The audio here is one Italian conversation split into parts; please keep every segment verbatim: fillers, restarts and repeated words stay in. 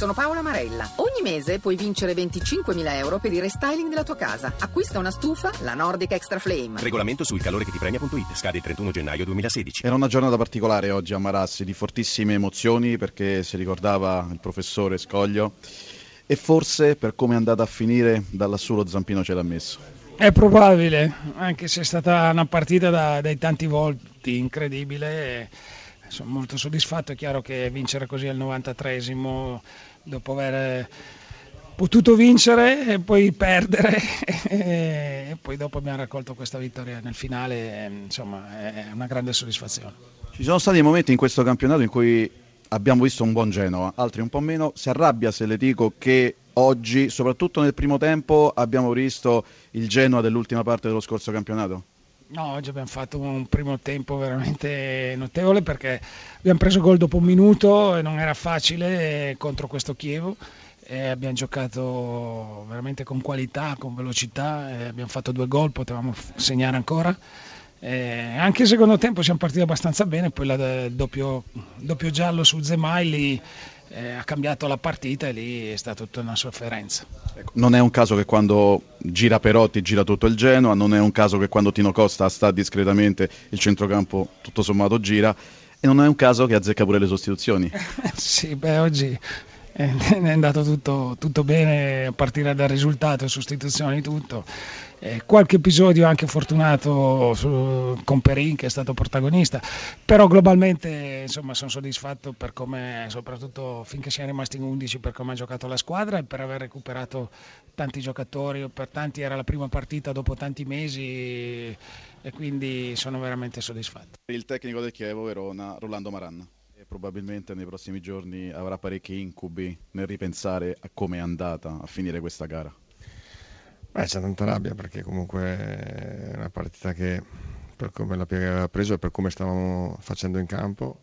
Sono Paola Marella. Ogni mese puoi vincere venticinquemila euro per il restyling della tua casa. Acquista una stufa, la Nordic Extra Flame. Regolamento sul calore che ti premia punto it. Scade il trentuno gennaio duemilasedici. Era una giornata particolare oggi a Marassi, di fortissime emozioni, perché si ricordava il professore Scoglio e forse per come è andata a finire da lassù lo zampino ce l'ha messo. È probabile, anche se è stata una partita da, dai tanti volti incredibile. Sono molto soddisfatto. È chiaro che vincere così al novantatreesimo, dopo aver potuto vincere e poi perdere e poi dopo abbiamo raccolto questa vittoria nel finale, insomma è una grande soddisfazione. Ci sono stati momenti in questo campionato in cui abbiamo visto un buon Genoa, altri un po' meno. Si arrabbia se le dico che oggi, soprattutto nel primo tempo, abbiamo visto il Genoa dell'ultima parte dello scorso campionato? No, oggi abbiamo fatto un primo tempo veramente notevole, perché abbiamo preso gol dopo un minuto e non era facile contro questo Chievo, e abbiamo giocato veramente con qualità, con velocità, e abbiamo fatto due gol, potevamo segnare ancora. E anche il secondo tempo siamo partiti abbastanza bene, poi il doppio, doppio giallo su Zemaili eh, ha cambiato la partita e lì è stata tutta una sofferenza. Ecco, non è un caso che quando gira Perotti gira tutto il Genoa, non è un caso che quando Tino Costa sta discretamente il centrocampo tutto sommato gira, e non è un caso che azzecca pure le sostituzioni. Sì, beh, oggi è andato tutto, tutto bene, a partire dal risultato, sostituzioni, tutto. Eh, qualche episodio anche fortunato su, con Perin, che è stato protagonista, però globalmente insomma sono soddisfatto per come, soprattutto finché siamo rimasti in undici, per come ha giocato la squadra e per aver recuperato tanti giocatori. Per tanti era la prima partita dopo tanti mesi e quindi sono veramente soddisfatto. Il tecnico del Chievo, Verona, Rolando Maranna, e probabilmente nei prossimi giorni avrà parecchi incubi nel ripensare a come è andata a finire questa gara. Beh, c'è tanta rabbia, perché comunque è una partita che, per come la Piega aveva preso e per come stavamo facendo in campo,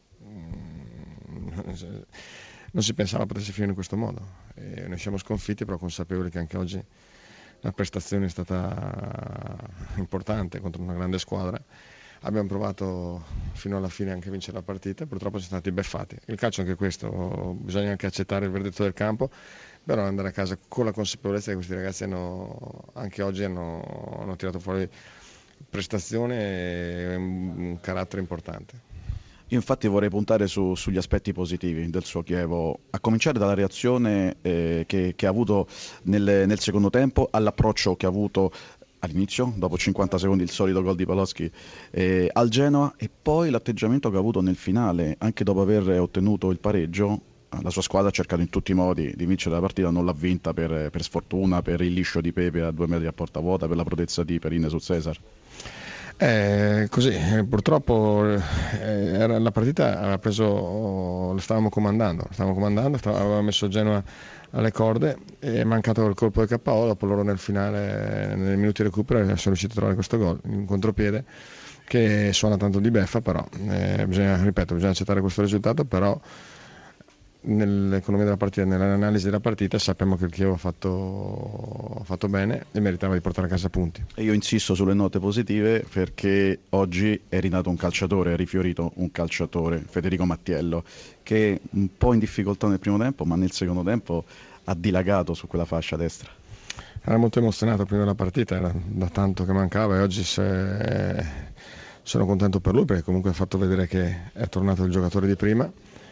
non si pensava potesse finire in questo modo. E noi siamo sconfitti, però consapevoli che anche oggi la prestazione è stata importante contro una grande squadra. Abbiamo provato fino alla fine anche a vincere la partita, purtroppo siamo stati beffati. Il calcio è anche questo, bisogna anche accettare il verdetto del campo, però andare a casa con la consapevolezza che questi ragazzi hanno, anche oggi hanno, hanno tirato fuori prestazione e un carattere importante. Io infatti vorrei puntare su, sugli aspetti positivi del suo Chievo, a cominciare dalla reazione eh, che, che ha avuto nel, nel secondo tempo, all'approccio che ha avuto all'inizio, dopo cinquanta secondi il solito gol di Paloschi eh, al Genoa, e poi l'atteggiamento che ha avuto nel finale, anche dopo aver ottenuto il pareggio. La sua squadra ha cercato in tutti i modi di vincere la partita, non l'ha vinta per, per sfortuna, per il liscio di Pepe a due metri a porta vuota, per la prodezza di Perin su Cesar. Eh, così, eh, purtroppo eh, era, la partita aveva preso, oh, lo stavamo comandando, lo stavamo comandando, stav- aveva messo Genoa alle corde, e è mancato il colpo del K O. Dopo loro nel finale, nei minuti di recupero, sono riusciti a trovare questo gol in contropiede che suona tanto di beffa, però eh, bisogna, ripeto, bisogna accettare questo risultato, però nell'economia della partita, nell'analisi della partita, sappiamo che il Chievo ha fatto, ha fatto bene e meritava di portare a casa punti. E io insisto sulle note positive, perché oggi è rinato un calciatore, è rifiorito un calciatore, Federico Mattiello, che un po' in difficoltà nel primo tempo, ma nel secondo tempo ha dilagato su quella fascia destra. Era molto emozionato prima della partita, era da tanto che mancava, e oggi se... sono contento per lui, perché comunque ha fatto vedere che è tornato il giocatore di prima.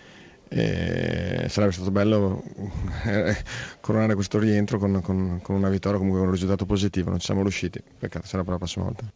E sarebbe stato bello coronare questo rientro con, con, con una vittoria, comunque con un risultato positivo. Non ci siamo riusciti, peccato, sarà per la prossima volta.